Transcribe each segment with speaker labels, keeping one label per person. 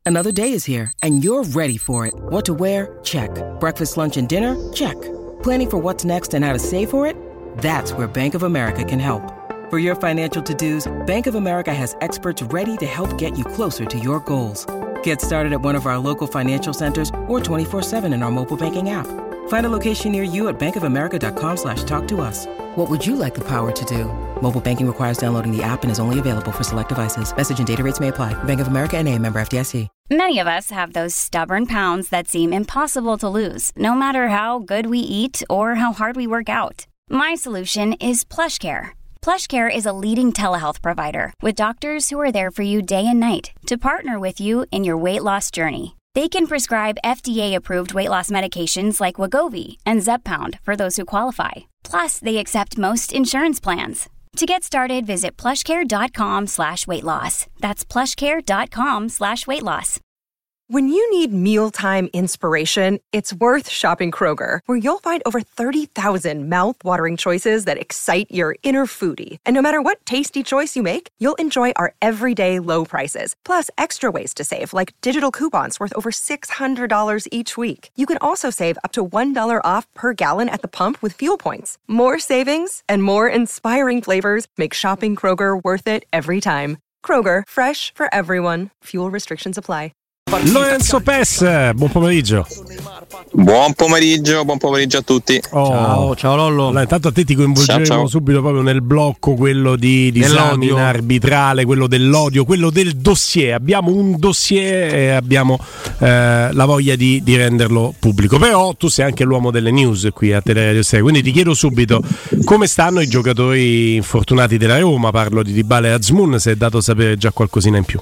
Speaker 1: Another day is here, and you're ready for it. What to wear? Check. Breakfast, lunch, and dinner? Check. Planning for what's next and how to save for it? That's where Bank of America can help. For your financial to-dos, Bank of America has experts ready to help get you closer to your goals. Get started at one of our local financial centers or 24/7 in our mobile banking app. Find a location near you at bankofamerica.com/talktous. What would you like the power to do? Mobile banking requires downloading the app and is only available for select devices. Message and data rates may apply. Bank of America N.A., member FDIC.
Speaker 2: Many of us have those stubborn pounds that seem impossible to lose, no matter how good we eat or how hard we work out. My solution is PlushCare. PlushCare is a leading telehealth provider with doctors who are there for you day and night to partner with you in your weight loss journey. They can prescribe FDA-approved weight loss medications like Wegovy and Zepbound for those who qualify. Plus, they accept most insurance plans. To get started, visit plushcare.com/weightloss. That's plushcare.com/weightloss.
Speaker 3: When you need mealtime inspiration, it's worth shopping Kroger, where you'll find over 30,000 mouth-watering choices that excite your inner foodie. And no matter what tasty choice you make, you'll enjoy our everyday low prices, plus extra ways to save, like digital coupons worth over $600 each week. You can also save up to $1 off per gallon at the pump with fuel points. More savings and more inspiring flavors make shopping Kroger worth it every time. Kroger, fresh for everyone. Fuel restrictions apply.
Speaker 4: Lorenzo Pes, buon pomeriggio.
Speaker 5: Buon pomeriggio a tutti.
Speaker 4: Ciao Lollo. Allora, intanto a te ti coinvolgeremo subito proprio nel blocco, quello di disamina arbitrale, quello dell'odio, quello del dossier. Abbiamo un dossier e abbiamo la voglia di renderlo pubblico. Però tu sei anche l'uomo delle news qui a Teleradio 6, quindi ti chiedo subito come stanno i giocatori infortunati della Roma. Parlo di Dybala e Azmoun, se è dato sapere già qualcosina in più.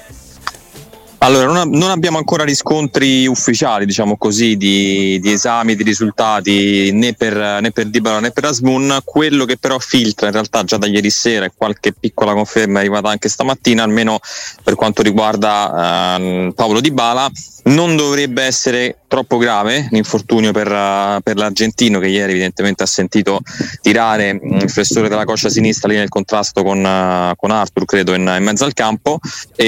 Speaker 5: Allora, non abbiamo ancora riscontri ufficiali, diciamo così, di esami, di risultati né per Dybala né per Azmoun. Quello che però filtra in realtà già da ieri sera, e qualche piccola conferma è arrivata anche stamattina, almeno per quanto riguarda Paulo Dybala, non dovrebbe essere troppo grave l'infortunio per l'argentino, che ieri evidentemente ha sentito tirare il flessore della coscia sinistra lì nel contrasto con Arthur, credo, in mezzo al campo,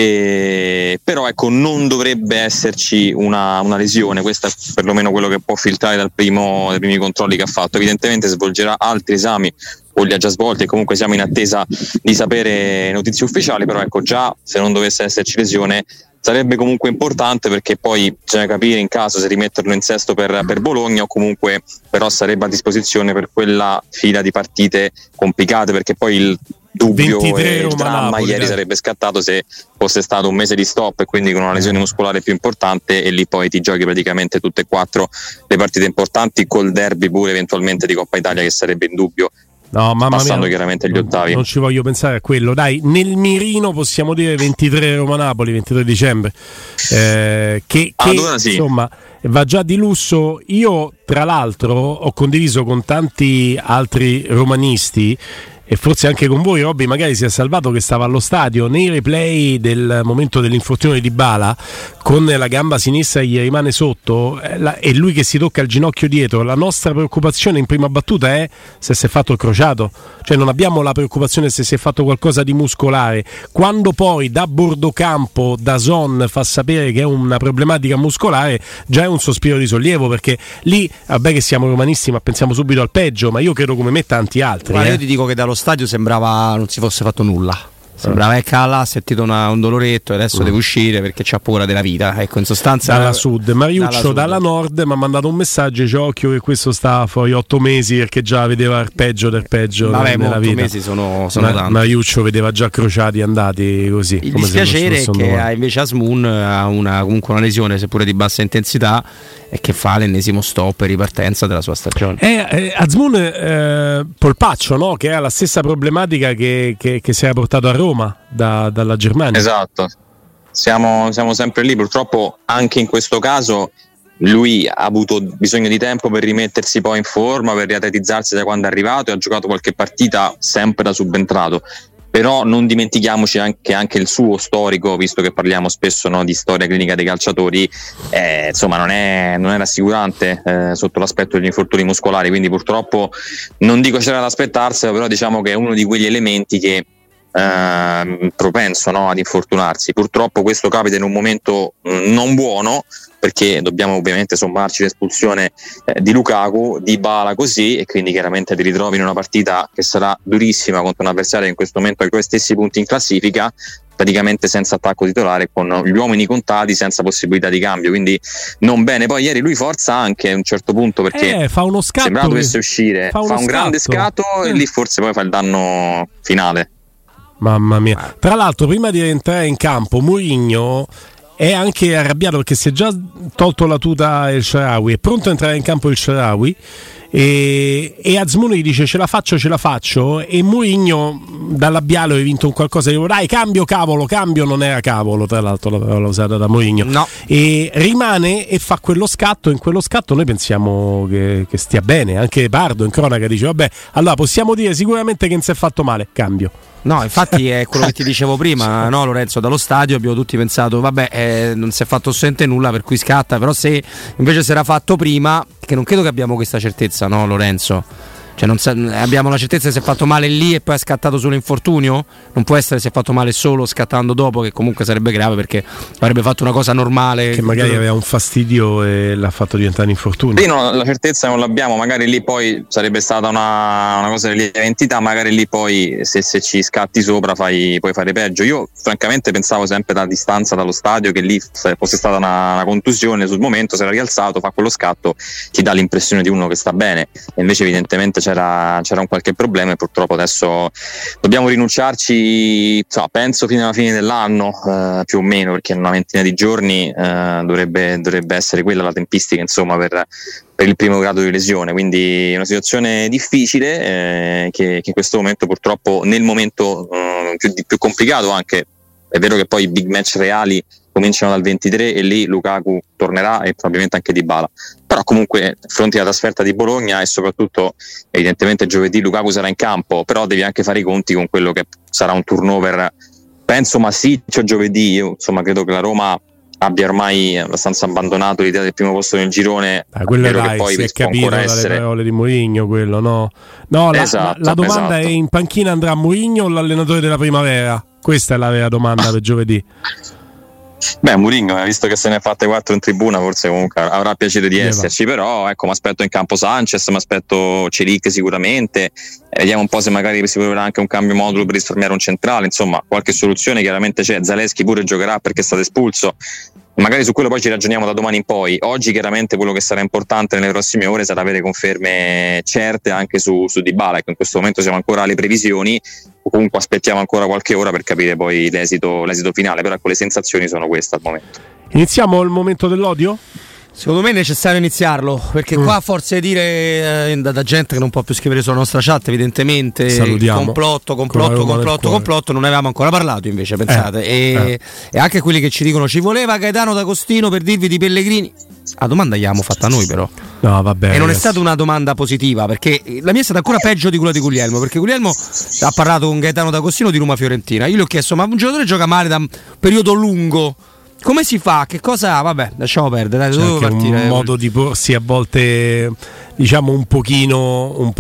Speaker 5: però ecco, non dovrebbe esserci una lesione. Questo è perlomeno quello che può filtrare dai primi controlli che ha fatto. Evidentemente svolgerà altri esami o li ha già svolti, e comunque siamo in attesa di sapere notizie ufficiali, però ecco, già se non dovesse esserci lesione sarebbe comunque importante, perché poi bisogna capire in caso se rimetterlo in sesto per Bologna, o comunque però sarebbe a disposizione per quella fila di partite complicate, perché poi il dubbio e il dramma ieri sarebbe scattato se fosse stato un mese di stop e quindi con una lesione muscolare più importante, e lì poi ti giochi praticamente tutte e quattro le partite importanti, col derby pure eventualmente di Coppa Italia che sarebbe in dubbio.
Speaker 4: No, mamma
Speaker 5: passando
Speaker 4: mia,
Speaker 5: chiaramente gli ottavi.
Speaker 4: Non ci voglio pensare a quello. Dai, nel mirino possiamo dire 23 Roma-Napoli, 23 dicembre, che
Speaker 5: allora sì,
Speaker 4: insomma va già di lusso. Io tra l'altro ho condiviso con tanti altri romanisti, e forse anche con voi, Robby magari si è salvato, che stava allo stadio, nei replay del momento dell'infortunio di Dybala, con la gamba sinistra gli rimane sotto e lui che si tocca il ginocchio dietro. La nostra preoccupazione in prima battuta è se si è fatto il crociato, cioè non abbiamo la preoccupazione se si è fatto qualcosa di muscolare. Quando poi da bordocampo DAZN fa sapere che è una problematica muscolare, già è un sospiro di sollievo, perché lì vabbè che siamo romanisti ma pensiamo subito al peggio, ma io credo come me tanti altri.
Speaker 6: Io ti dico che dallo stadio sembrava non si fosse fatto nulla. Sembrava che Calla ha sentito un doloretto e adesso deve uscire perché c'ha paura della vita. Ecco, in sostanza
Speaker 4: dalla sud. Mariuccio dalla nord mi ha mandato un messaggio: c'è occhio che questo sta fuori 8 mesi, perché già vedeva il peggio del peggio.
Speaker 6: Vabbè,
Speaker 4: nella
Speaker 6: 8
Speaker 4: vita.
Speaker 6: mesi sono tanti.
Speaker 4: Mariuccio vedeva già crociati andati così.
Speaker 6: Il dispiacere è che invece Azmoun ha comunque una lesione, seppure di bassa intensità, e che fa l'ennesimo stop e ripartenza della sua stagione.
Speaker 4: Azmoun polpaccio, no? Che ha la stessa problematica che si era portato a Roma dalla Germania.
Speaker 5: Esatto, siamo sempre lì. Purtroppo anche in questo caso lui ha avuto bisogno di tempo per rimettersi poi in forma, per riatletizzarsi da quando è arrivato, e ha giocato qualche partita sempre da subentrato. Però non dimentichiamoci anche il suo storico, visto che parliamo spesso, no, di storia clinica dei calciatori, insomma non è rassicurante sotto l'aspetto degli infortuni muscolari, quindi purtroppo non dico c'era da aspettarselo, però diciamo che è uno di quegli elementi che propenso, no, ad infortunarsi. Purtroppo questo capita in un momento non buono, perché dobbiamo ovviamente sommarci l'espulsione di Lukaku, di Dybala così, e quindi chiaramente ti ritrovi in una partita che sarà durissima contro un avversario che in questo momento ha i tuoi stessi punti in classifica, praticamente senza attacco titolare, con gli uomini contati, senza possibilità di cambio, quindi non bene. Poi ieri lui forza anche a un certo punto, perché
Speaker 4: fa uno scatto,
Speaker 5: sembrava dovesse uscire, fa un grande scatto e lì forse poi fa il danno finale.
Speaker 4: Mamma mia. Tra l'altro, prima di entrare in campo, Mourinho è anche arrabbiato perché si è già tolto la tuta El Shaarawy, è pronto a entrare in campo El Shaarawy e Azmoun gli dice ce la faccio, e Mourinho dal labiale hai vinto un qualcosa, dico dai cambio, non era cavolo, tra l'altro la parola usata da Mourinho,
Speaker 6: no.
Speaker 4: E rimane e fa quello scatto. In quello scatto noi pensiamo che stia bene, anche Pardo in cronaca dice vabbè, allora possiamo dire sicuramente che non si è fatto male, cambio.
Speaker 6: No, infatti è quello che ti dicevo prima, no Lorenzo, dallo stadio abbiamo tutti pensato vabbè, non si è fatto assolutamente nulla per cui scatta, però se invece si era fatto prima, che non credo che abbiamo questa certezza, no Lorenzo? Cioè abbiamo la certezza che si è fatto male lì e poi è scattato solo infortunio? Non può essere si è fatto male solo scattando dopo, che comunque sarebbe grave perché avrebbe fatto una cosa normale.
Speaker 4: Che magari aveva un fastidio e l'ha fatto diventare infortunio.
Speaker 5: Sì, no, la certezza non l'abbiamo, magari lì poi sarebbe stata una cosa di lieve entità, magari lì poi se ci scatti sopra puoi fare peggio. Io francamente pensavo sempre da distanza dallo stadio che lì fosse stata una contusione, sul momento si era rialzato, fa quello scatto, ti dà l'impressione di uno che sta bene, e invece evidentemente c'era un qualche problema e purtroppo adesso dobbiamo rinunciarci, penso fino alla fine dell'anno, più o meno, perché in una ventina di giorni dovrebbe essere quella la tempistica, insomma, per il primo grado di lesione, quindi una situazione difficile che in questo momento purtroppo, nel momento più complicato anche, è vero che poi i big match reali cominciano dal 23 e lì Lukaku tornerà e probabilmente anche Dybala, però comunque fronte alla trasferta di Bologna e soprattutto evidentemente giovedì Lukaku sarà in campo, però devi anche fare i conti con quello che sarà un turnover, penso massiccio giovedì. Io insomma credo che la Roma abbia ormai abbastanza abbandonato l'idea del primo posto nel girone.
Speaker 4: Quello dai, che poi si è capito dalle parole di Mourinho, quello no, esatto, la domanda è: in panchina andrà Mourinho o l'allenatore della primavera? Questa è la vera domanda per giovedì.
Speaker 5: Beh, Mourinho, visto che se ne è fatte 4 in tribuna, forse comunque avrà piacere di esserci, però ecco, mi aspetto in campo Sanchez, mi aspetto Celic sicuramente, vediamo un po' se magari si proverà anche un cambio modulo per risparmiare un centrale, insomma qualche soluzione chiaramente c'è. Zalewski pure giocherà perché è stato espulso, magari su quello poi ci ragioniamo da domani in poi. Oggi chiaramente quello che sarà importante nelle prossime ore sarà avere conferme certe anche su Dybala, che in questo momento siamo ancora alle previsioni, o comunque aspettiamo ancora qualche ora per capire poi l'esito finale, però ecco, le sensazioni sono queste al momento. Iniziamo il momento dell'odio?
Speaker 6: Secondo me è necessario iniziarlo, perché qua forse dire da gente che non può più scrivere sulla nostra chat, evidentemente
Speaker 4: salutiamo.
Speaker 6: complotto, non ne avevamo ancora parlato invece, pensate, e anche quelli che ci dicono ci voleva Gaetano D'Agostino per dirvi di Pellegrini. La domanda gliel'abbiamo fatta noi, però
Speaker 4: no, vabbè,
Speaker 6: e non è stata una domanda positiva, perché la mia è stata ancora peggio di quella di Guglielmo, perché Guglielmo ha parlato con Gaetano D'Agostino di Roma Fiorentina. Io gli ho chiesto: ma un giocatore gioca male da un periodo lungo, come si fa? Che cosa? Vabbè, lasciamo perdere,
Speaker 4: dai, partire. Un modo di porsi a volte, diciamo, un pochino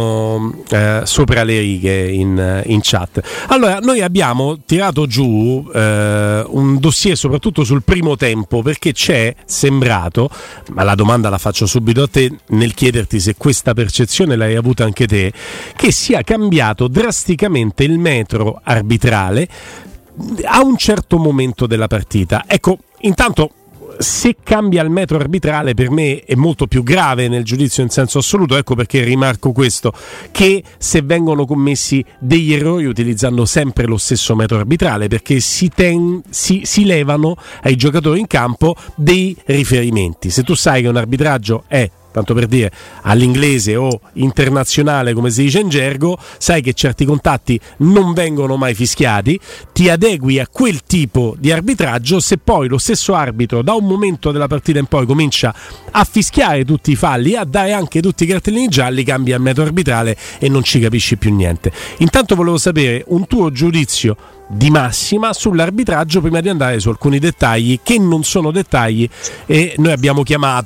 Speaker 4: sopra le righe in chat. Allora, noi abbiamo tirato giù un dossier soprattutto sul primo tempo, perché c'è sembrato, ma la domanda la faccio subito a te nel chiederti se questa percezione l'hai avuta anche te, che sia cambiato drasticamente il metro arbitrale a un certo momento della partita. Ecco, intanto, se cambia il metro arbitrale, per me è molto più grave nel giudizio in senso assoluto. Ecco perché rimarco questo, che se vengono commessi degli errori utilizzando sempre lo stesso metro arbitrale, perché si levano ai giocatori in campo dei riferimenti. Se tu sai che un arbitraggio è, tanto per dire, all'inglese o internazionale come si dice in gergo, sai che certi contatti non vengono mai fischiati, ti adegui a quel tipo di arbitraggio. Se poi lo stesso arbitro da un momento della partita in poi comincia a fischiare tutti i falli, a dare anche tutti i cartellini gialli, cambia il metro arbitrale e non ci capisci più niente. Intanto volevo sapere un tuo giudizio di massima sull'arbitraggio prima di andare su alcuni dettagli che non sono dettagli, e noi abbiamo chiamato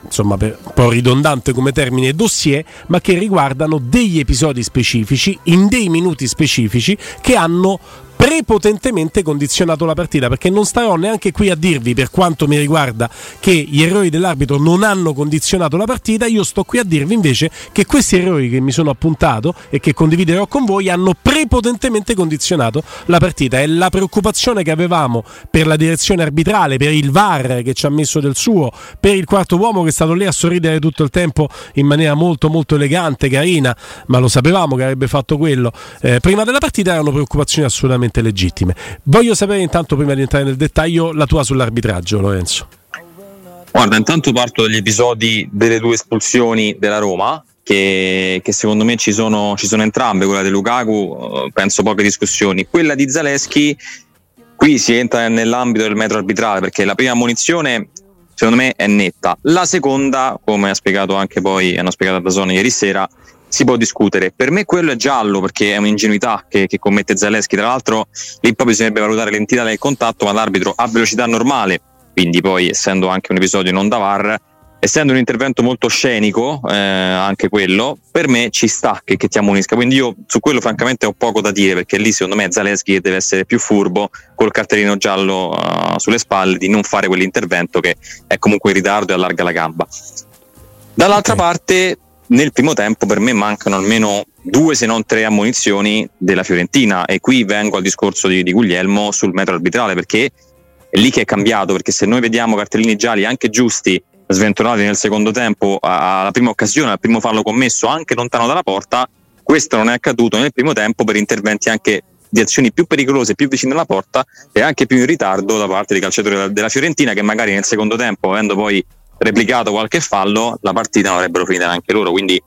Speaker 4: insomma un po' ridondante come termine dossier, ma che riguardano degli episodi specifici in dei minuti specifici che hanno prepotentemente condizionato la partita, perché non starò neanche qui a dirvi, per quanto mi riguarda, che gli errori dell'arbitro non hanno condizionato la partita. Io sto qui a dirvi invece che questi errori che mi sono appuntato e che condividerò con voi hanno prepotentemente condizionato la partita. E la preoccupazione che avevamo per la direzione arbitrale, per il VAR che ci ha messo del suo, per il quarto uomo che è stato lì a sorridere tutto il tempo in maniera molto molto elegante, carina, ma lo sapevamo che avrebbe fatto quello prima della partita, erano preoccupazioni assolutamente legittime. Voglio sapere intanto, prima di entrare nel dettaglio, la tua sull'arbitraggio, Lorenzo.
Speaker 5: Guarda, intanto parto dagli episodi delle 2 espulsioni della Roma, che secondo me ci sono entrambe. Quella di Lukaku, penso poche discussioni. Quella di Zalewski, qui si entra nell'ambito del metro arbitrale, perché la prima ammonizione secondo me è netta, la seconda, come ha spiegato anche poi, hanno spiegato a DAZN ieri sera, si può discutere. Per me quello è giallo, perché è un'ingenuità che commette Zalewski. Tra l'altro lì poi bisognerebbe valutare l'entità del contatto, ma l'arbitro a velocità normale, quindi poi essendo anche un episodio non da VAR, essendo un intervento molto scenico, anche quello per me ci sta che ti ammonisca. Quindi io su quello francamente ho poco da dire, perché lì secondo me è Zalewski che deve essere più furbo col cartellino giallo sulle spalle di non fare quell'intervento che è comunque in ritardo e allarga la gamba. Dall'altra parte, nel primo tempo per me mancano almeno 2 se non 3 ammonizioni della Fiorentina, e qui vengo al discorso di Guglielmo sul metro arbitrale, perché è lì che è cambiato. Perché se noi vediamo cartellini gialli anche giusti sventolati nel secondo tempo alla prima occasione, al primo fallo commesso anche lontano dalla porta, questo non è accaduto nel primo tempo per interventi anche di azioni più pericolose, più vicine alla porta e anche più in ritardo da parte dei calciatori della Fiorentina, che magari nel secondo tempo, avendo poi replicato qualche fallo, la partita non avrebbero finita neanche loro. Quindi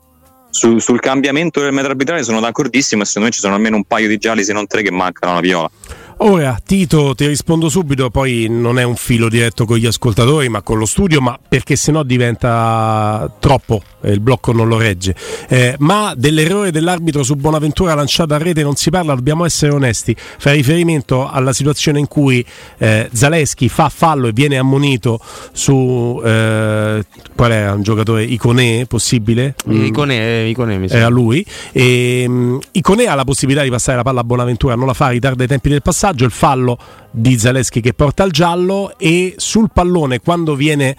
Speaker 5: sul cambiamento del metro arbitrale sono d'accordissimo, e secondo me ci sono almeno un paio di gialli se non 3 che mancano alla Viola.
Speaker 4: Ora Tito, ti rispondo subito, poi non è un filo diretto con gli ascoltatori ma con lo studio, ma perché sennò diventa troppo, il blocco non lo regge, ma dell'errore dell'arbitro su Bonaventura lanciato a rete non si parla, dobbiamo essere onesti. Fa riferimento alla situazione in cui Zalewski fa fallo e viene ammonito su qual era, un giocatore, Iconé, possibile?
Speaker 6: Iconé mi sembra.
Speaker 4: A lui, Iconé ha la possibilità di passare la palla a Bonaventura, non la fa, ritarda i tempi del passaggio, il fallo di Zalewski che porta al giallo, e sul pallone quando viene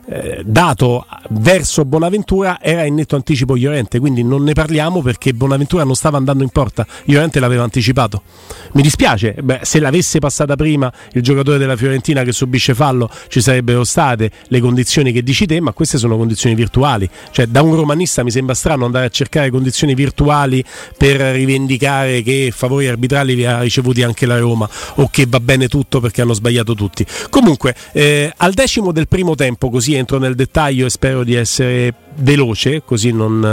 Speaker 4: dato verso Bonaventura era in netto anticipo Llorente, quindi non ne parliamo perché Bonaventura non stava andando in porta, Llorente l'aveva anticipato. Mi dispiace, se l'avesse passata prima il giocatore della Fiorentina che subisce fallo ci sarebbero state le condizioni che dici te, ma queste sono condizioni virtuali. Cioè, da un romanista mi sembra strano andare a cercare condizioni virtuali per rivendicare che favori arbitrali li ha ricevuti anche la Roma o che va bene tutto perché hanno sbagliato tutti. Comunque al 10° del primo tempo, così entro nel dettaglio e spero di essere veloce così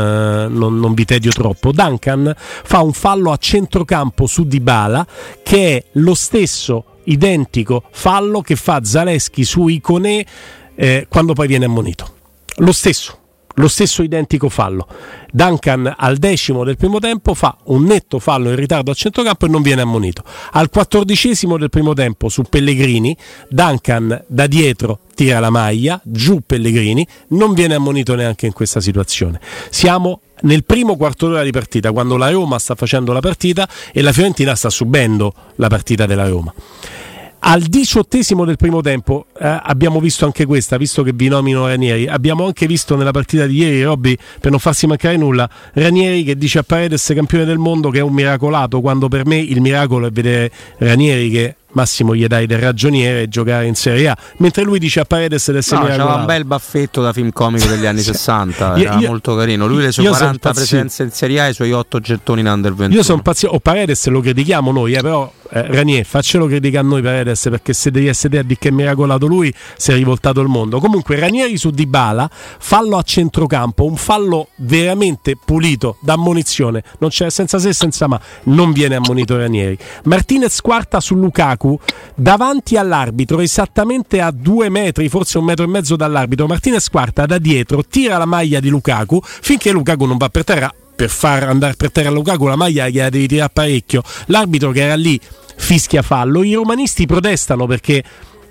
Speaker 4: non vi tedio troppo, Duncan fa un fallo a centrocampo su Dybala che è lo stesso identico fallo che fa Zalewski su Iconé quando poi viene ammonito, lo stesso identico fallo. Duncan al 10° del primo tempo fa un netto fallo in ritardo a centrocampo e non viene ammonito. Al 14° del primo tempo su Pellegrini, Duncan da dietro tira la maglia, giù Pellegrini, non viene ammonito neanche in questa situazione. Siamo nel primo quarto d'ora di partita, quando la Roma sta facendo la partita e la Fiorentina sta subendo la partita della Roma. Al 18° del primo tempo abbiamo visto anche questa, visto che vi nomino Ranieri, abbiamo anche visto nella partita di ieri, Robby, per non farsi mancare nulla, Ranieri che dice a Paredes campione del mondo che è un miracolato, quando per me il miracolo è vedere Ranieri che Massimo gli dai del ragioniere e giocare in Serie A, mentre lui dice a Paredes di essere miracolato.
Speaker 6: C'aveva un bel baffetto da film comico degli anni 60, era molto carino. Lui le sue 40 presenze in Serie A e i suoi 8 gettoni in Under 21.
Speaker 4: Io sono pazzio, Paredes lo critichiamo noi, però Ranier, faccelo critica a noi Paredes, perché se devi essere te a dire che è miracolato lui, si è rivoltato il mondo. Comunque Ranieri su Dybala, fallo a centrocampo, un fallo veramente pulito da ammonizione, non c'è, senza se senza ma, non viene ammonito Ranieri. Martinez quarta su Lukaku davanti all'arbitro, esattamente a 2 metri, forse 1,5 metri dall'arbitro. Martinez quarta da dietro, tira la maglia di Lukaku finché Lukaku non va per terra. Per far andare per terra Lukaku la maglia gliela devi tirare parecchio. L'arbitro che era lì fischia fallo. I romanisti protestano perché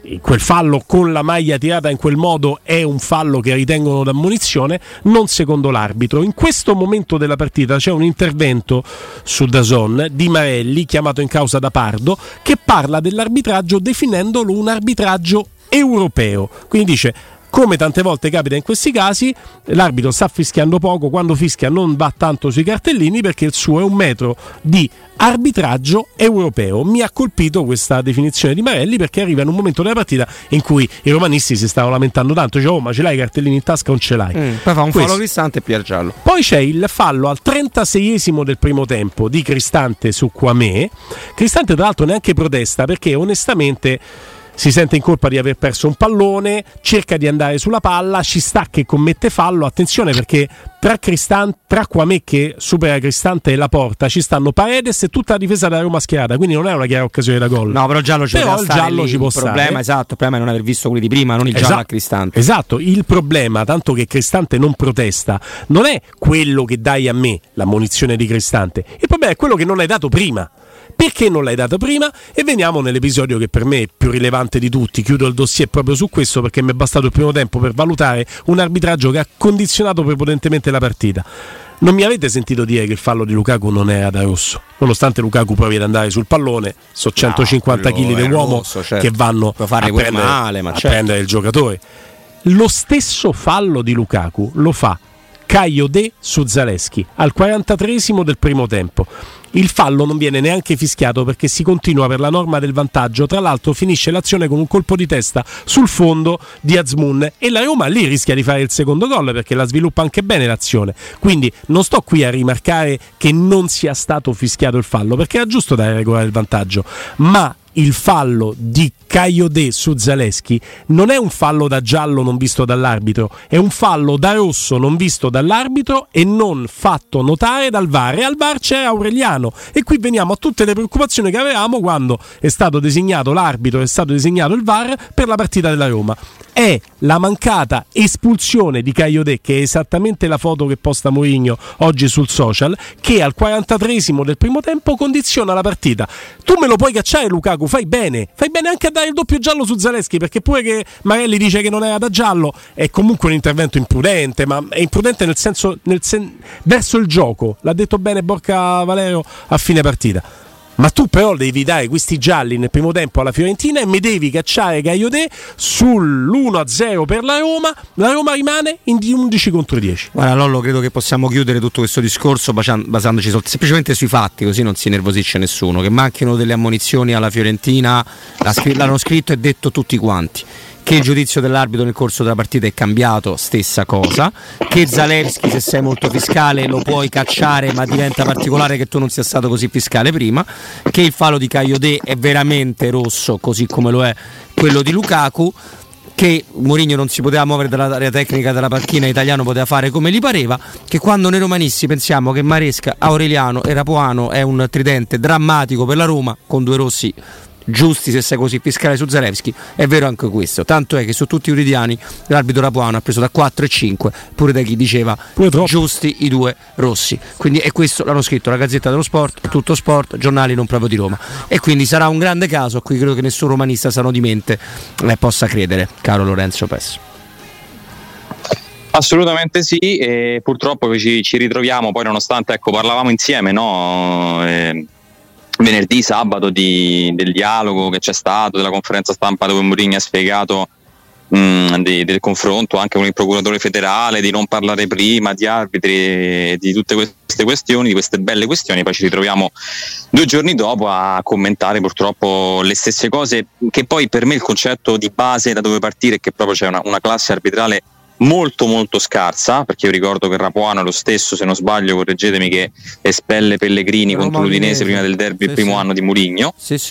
Speaker 4: quel fallo con la maglia tirata in quel modo è un fallo che ritengono d'ammonizione, non secondo l'arbitro. In questo momento della partita c'è un intervento su DAZN di Marelli, chiamato in causa da Pardo, che parla dell'arbitraggio definendolo un arbitraggio europeo. Quindi dice: come tante volte capita in questi casi, l'arbitro sta fischiando poco, quando fischia non va tanto sui cartellini perché il suo è un metro di arbitraggio europeo. Mi ha colpito questa definizione di Marelli perché arriva in un momento della partita in cui i romanisti si stavano lamentando tanto, cioè, oh, ma ce l'hai i cartellini in tasca o non ce l'hai?
Speaker 6: Poi fa un fallo Cristante e pia il giallo.
Speaker 4: Poi c'è il fallo al 36esimo del primo tempo di Cristante su Kouamé. Cristante tra l'altro neanche protesta perché onestamente si sente in colpa di aver perso un pallone, cerca di andare sulla palla, ci sta che commette fallo. Attenzione perché tra Kouamé che supera Cristante e la porta ci stanno Paredes e tutta la difesa della Roma schierata, quindi non è una chiara occasione da gol.
Speaker 6: No, però il giallo ci può stare. Il
Speaker 4: problema,
Speaker 6: esatto, il problema è non aver visto quelli di prima, non il giallo a Cristante.
Speaker 4: Esatto, il problema, tanto che Cristante non protesta, non è quello che dai a me, l'ammonizione di Cristante, il problema è quello che non hai dato prima. Perché non l'hai dato prima? E veniamo nell'episodio che per me è più rilevante di tutti. Chiudo il dossier proprio su questo perché mi è bastato il primo tempo per valutare un arbitraggio che ha condizionato prepotentemente la partita. Non mi avete sentito dire che il fallo di Lukaku non era da rosso, nonostante Lukaku provi ad andare sul pallone, sono 150 kg di uomo rosso, certo, che vanno a prendere il giocatore. Lo stesso fallo di Lukaku lo fa Kayode su Zalewski al 43esimo del primo tempo. Il fallo non viene neanche fischiato perché si continua per la norma del vantaggio. Tra l'altro finisce l'azione con un colpo di testa sul fondo di Azmoun e la Roma lì rischia di fare il secondo gol perché la sviluppa anche bene l'azione. Quindi non sto qui a rimarcare che non sia stato fischiato il fallo perché era giusto dare regolare il vantaggio, ma il fallo di Kayode su Zalewski non è un fallo da giallo non visto dall'arbitro, è un fallo da rosso non visto dall'arbitro e non fatto notare dal VAR, e al VAR c'è Aureliano. E qui veniamo a tutte le preoccupazioni che avevamo quando è stato designato l'arbitro, è stato designato il VAR per la partita della Roma. È la mancata espulsione di Kayode, che è esattamente la foto che posta Mourinho oggi sul social, che al 43esimo del primo tempo condiziona la partita. Tu me lo puoi cacciare Lukaku, fai bene anche a dare il doppio giallo su Zalewski, perché pure che Marelli dice che non era da giallo è comunque un intervento imprudente, ma è imprudente nel senso verso il gioco, l'ha detto bene Borca Valero a fine partita. Ma tu però devi dare questi gialli nel primo tempo alla Fiorentina e mi devi cacciare Kayode sull'1-0 per la Roma rimane in 11 contro 10.
Speaker 6: Guarda Lollo, credo che possiamo chiudere tutto questo discorso basandoci semplicemente sui fatti, così non si nervosisce nessuno. Che manchino delle ammonizioni alla Fiorentina l'hanno scritto e detto tutti quanti. Che il giudizio dell'arbitro nel corso della partita è cambiato, stessa cosa. Che Zalewski, se sei molto fiscale, lo puoi cacciare, ma diventa particolare che tu non sia stato così fiscale prima. Che il fallo di Kayode è veramente rosso, così come lo è quello di Lukaku. Che Mourinho non si poteva muovere dall'area tecnica della panchina, Italiano poteva fare come gli pareva. Che quando noi romanisti pensiamo che Maresca, Aureliano e Rapuano è un tridente drammatico per la Roma, con 2 rossi giusti se sei così fiscale su Zalewski, è vero anche questo, tanto è che su tutti i uridiani l'arbitro Rapuano ha preso da 4 e 5, pure da chi diceva giusti i 2 rossi. Quindi e questo l'hanno scritto la Gazzetta dello Sport, Tutto Sport, giornali non proprio di Roma, e quindi sarà un grande caso a cui credo che nessun romanista sano di mente possa credere, caro Lorenzo Pesso.
Speaker 5: Assolutamente sì, e purtroppo ci ritroviamo poi, nonostante parlavamo insieme, no? Venerdì, sabato del dialogo che c'è stato, della conferenza stampa dove Mourinho ha spiegato del confronto anche con il procuratore federale, di non parlare prima di arbitri, di tutte queste questioni, di queste belle questioni. Poi ci ritroviamo 2 giorni dopo a commentare purtroppo le stesse cose, che poi per me il concetto di base da dove partire è che proprio c'è una classe arbitrale molto molto scarsa, perché io ricordo che Rapuano è lo stesso, se non sbaglio correggetemi, che espelle Pellegrini contro l'Udinese prima del derby, il primo anno di Mourinho.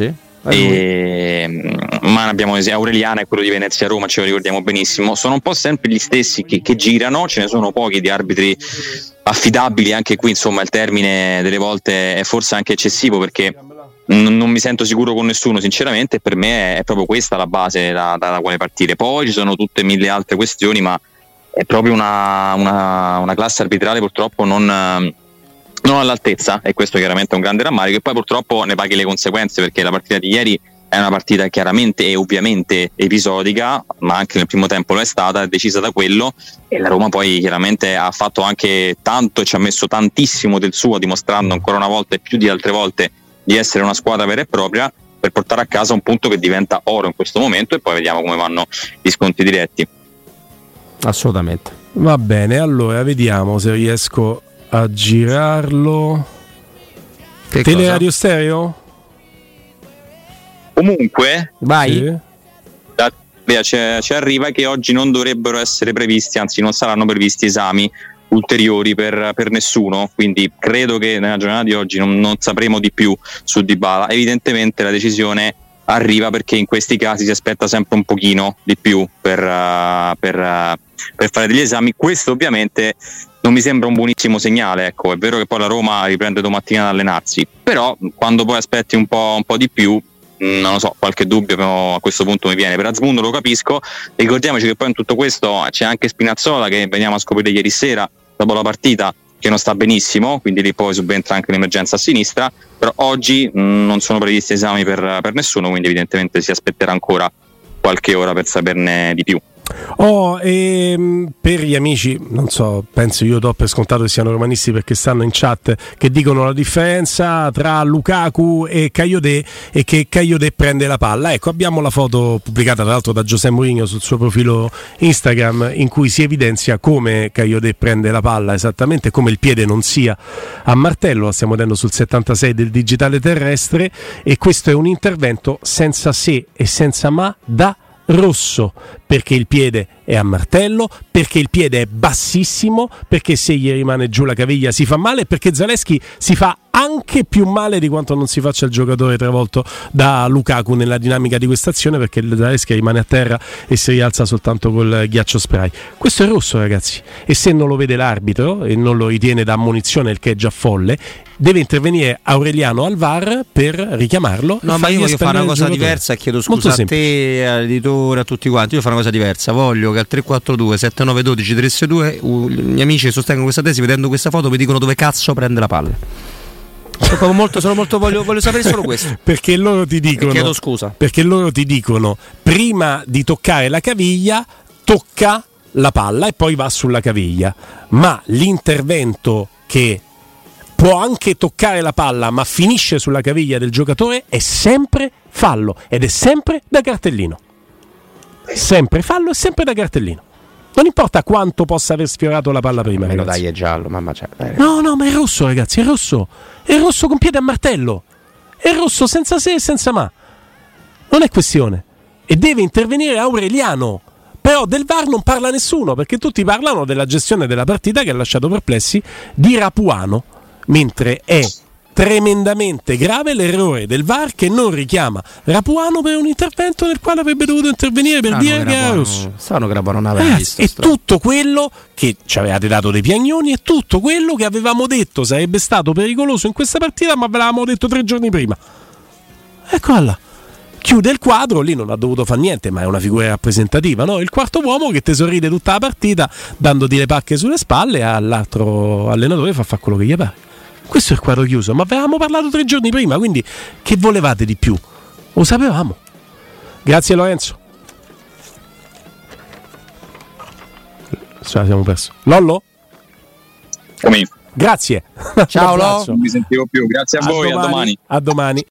Speaker 5: Ma abbiamo Aureliano e quello di Venezia Roma, ce lo ricordiamo benissimo. Sono un po' sempre gli stessi che girano, ce ne sono pochi di arbitri affidabili. Anche qui insomma il termine delle volte è forse anche eccessivo, perché non mi sento sicuro con nessuno sinceramente, e per me è proprio questa la base da quale partire. Poi ci sono tutte 1000 altre questioni, ma è proprio una classe arbitrale purtroppo non all'altezza, e questo chiaramente è un grande rammarico, e poi purtroppo ne paghi le conseguenze, perché la partita di ieri è una partita chiaramente e ovviamente episodica, ma anche nel primo tempo lo è stata, è decisa da quello, e la Roma poi chiaramente ha fatto anche tanto e ci ha messo tantissimo del suo, dimostrando ancora una volta e più di altre volte di essere una squadra vera e propria, per portare a casa un punto che diventa oro in questo momento, e poi vediamo come vanno gli scontri diretti.
Speaker 6: Assolutamente.
Speaker 4: Va bene, allora vediamo se riesco a girarlo. Teleradio Stereo?
Speaker 5: Comunque,
Speaker 6: vai.
Speaker 5: Ci arriva che oggi non dovrebbero essere previsti, anzi non saranno previsti esami ulteriori per nessuno, quindi credo che nella giornata di oggi non sapremo di più su Dybala. Evidentemente la decisione arriva perché in questi casi si aspetta sempre un pochino di più per fare degli esami. Questo ovviamente non mi sembra un buonissimo segnale, ecco. È vero che poi la Roma riprende domattina ad allenarsi, però quando poi aspetti un po' di più, non lo so, qualche dubbio a questo punto mi viene. Per Asmundo lo capisco, ricordiamoci che poi in tutto questo c'è anche Spinazzola, che veniamo a scoprire ieri sera dopo la partita che non sta benissimo, quindi lì poi subentra anche l'emergenza a sinistra, però oggi non sono previsti esami per nessuno, quindi evidentemente si aspetterà ancora qualche ora per saperne di più.
Speaker 4: Per gli amici, non so, penso, io do per scontato che siano romanisti perché stanno in chat, che dicono la differenza tra Lukaku e Kayode e che Kayode prende la palla. Ecco, abbiamo la foto pubblicata tra l'altro da Giuseppe Mourinho sul suo profilo Instagram, in cui si evidenzia come Kayode prende la palla, esattamente come il piede non sia a martello. La stiamo vedendo sul 76 del digitale terrestre, e questo è un intervento senza se e senza ma da rosso, perché il piede è a martello, perché il piede è bassissimo, perché se gli rimane giù la caviglia si fa male, perché Zalewski si fa anche più male di quanto non si faccia il giocatore travolto da Lukaku nella dinamica di questa azione, perché il Zalewski rimane a terra e si rialza soltanto col ghiaccio spray. Questo è rosso, ragazzi, e se non lo vede l'arbitro e non lo ritiene da ammonizione, il che è già folle, deve intervenire Aureliano al VAR per richiamarlo.
Speaker 6: No, ma io voglio fare una cosa diversa e chiedo scusa a te, all'editore, a tutti quanti. Io voglio fare una cosa diversa. Voglio che al 342 7912 362 gli amici che sostengono questa tesi, vedendo questa foto, mi dicono dove cazzo prende la palla. Voglio sapere solo questo.
Speaker 4: Perché loro ti dicono,
Speaker 6: chiedo scusa,
Speaker 4: perché loro ti dicono prima di toccare la caviglia tocca la palla e poi va sulla caviglia, ma l'intervento che può anche toccare la palla ma finisce sulla caviglia del giocatore è sempre fallo, ed è sempre da cartellino. Sempre fallo e sempre da cartellino. Non importa quanto possa aver sfiorato la palla prima.
Speaker 6: Meno dai, è giallo, mamma c'è.
Speaker 4: No, ma è rosso, ragazzi, è rosso. È rosso con piede a martello. È rosso senza se e senza ma. Non è questione. E deve intervenire Aureliano. Però del VAR non parla nessuno, perché tutti parlano della gestione della partita che ha lasciato perplessi di Rapuano, mentre è tremendamente grave l'errore del VAR che non richiama Rapuano per un intervento nel quale avrebbe dovuto intervenire per dire che era rosso.
Speaker 6: Strano che Rapuano non aveva visto.
Speaker 4: E tutto quello che ci avevate dato dei piagnoni è tutto quello che avevamo detto sarebbe stato pericoloso in questa partita, ma ve l'avevamo detto 3 giorni prima. Eccola là. Chiude il quadro, lì non ha dovuto fare niente, ma è una figura rappresentativa, no? Il quarto uomo che te sorride tutta la partita dandoti le pacche sulle spalle, all'altro allenatore fa quello che gli pare. Questo è il quadro chiuso, ma avevamo parlato 3 giorni prima, quindi che volevate di più? Lo sapevamo. Grazie Lorenzo. Siamo perso. Lollo?
Speaker 5: Come?
Speaker 4: Grazie.
Speaker 5: Ciao Lo. Non mi sentivo più. Grazie a voi, a domani.
Speaker 4: A domani.